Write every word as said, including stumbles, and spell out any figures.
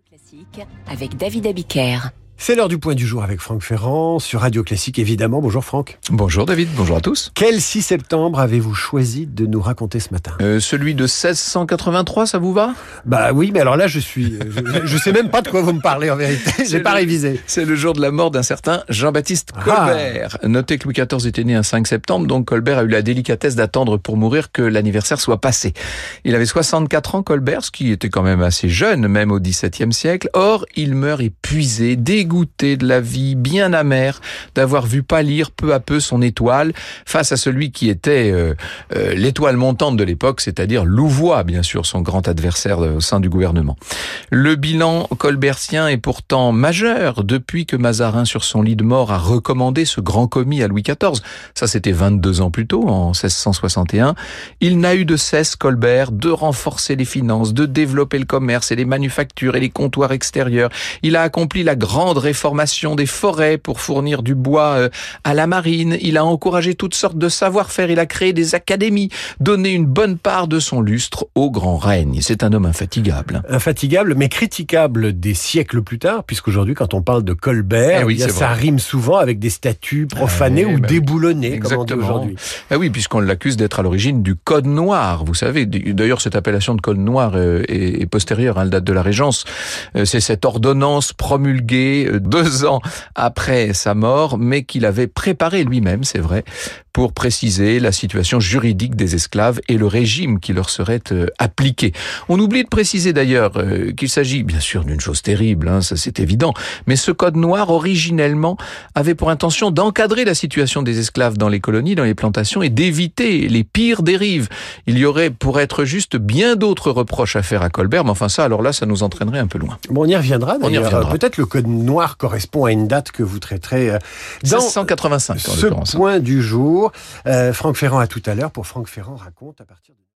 Classique avec David Abiker. C'est l'heure du point du jour avec Franck Ferrand sur Radio Classique, évidemment. Bonjour Franck. Bonjour David, bonjour à tous. Quel six septembre avez-vous choisi de nous raconter ce matin ? euh, Celui de seize cent quatre-vingt-trois, ça vous va ? Bah oui, mais alors là, je suis, je, je sais même pas de quoi vous me parlez en vérité. J'ai C'est pas le, révisé. C'est le jour de la mort d'un certain Jean-Baptiste Colbert. Ah. Notez que Louis quatorze était né un cinq septembre, donc Colbert a eu la délicatesse d'attendre pour mourir que l'anniversaire soit passé. Il avait soixante-quatre ans, Colbert, ce qui était quand même assez jeune, même au dix-septième siècle. Or, il meurt épuisé, dégoûté de la vie, bien amer d'avoir vu pâlir peu à peu son étoile face à celui qui était euh, euh, l'étoile montante de l'époque, c'est-à-dire Louvois, bien sûr, son grand adversaire au sein du gouvernement. Le bilan colbertien est pourtant majeur depuis que Mazarin, sur son lit de mort, a recommandé ce grand commis à Louis quatorze. Ça, c'était vingt-deux ans plus tôt, en seize cent soixante et un. Il n'a eu de cesse, Colbert, de renforcer les finances, de développer le commerce et les manufactures et les comptoirs extérieurs. Il a accompli la grande réformation des forêts pour fournir du bois euh, à la marine. Il a encouragé toutes sortes de savoir-faire. Il a créé des académies, donné une bonne part de son lustre au grand règne. C'est un homme infatigable. Infatigable, mais critiquable des siècles plus tard, puisqu'aujourd'hui, quand on parle de Colbert, eh oui, eh bien, ça vrai. rime souvent avec des statues profanées eh, ou bah déboulonnées, oui. comme on dit aujourd'hui. Eh oui, puisqu'on l'accuse d'être à l'origine du Code noir. Vous savez, d'ailleurs, cette appellation de Code noir est, est postérieure, hein, elle date de la Régence. C'est cette ordonnance promulguée deux ans après sa mort, mais qu'il avait préparé lui-même, c'est vrai, pour préciser la situation juridique des esclaves et le régime qui leur serait euh, appliqué. On oublie de préciser d'ailleurs euh, qu'il s'agit bien sûr d'une chose terrible, hein, ça c'est évident, mais ce code noir originellement avait pour intention d'encadrer la situation des esclaves dans les colonies, dans les plantations et d'éviter les pires dérives. Il y aurait, pour être juste, bien d'autres reproches à faire à Colbert, mais enfin ça, alors là, ça nous entraînerait un peu loin. Bon, on y reviendra d'ailleurs. On y reviendra. Peut-être le code noir correspond à une date que vous traiterez dans seize cent quatre-vingt-cinq, ce point du jour. Euh, Franck Ferrand, à tout à l'heure pour Franck Ferrand raconte à partir de...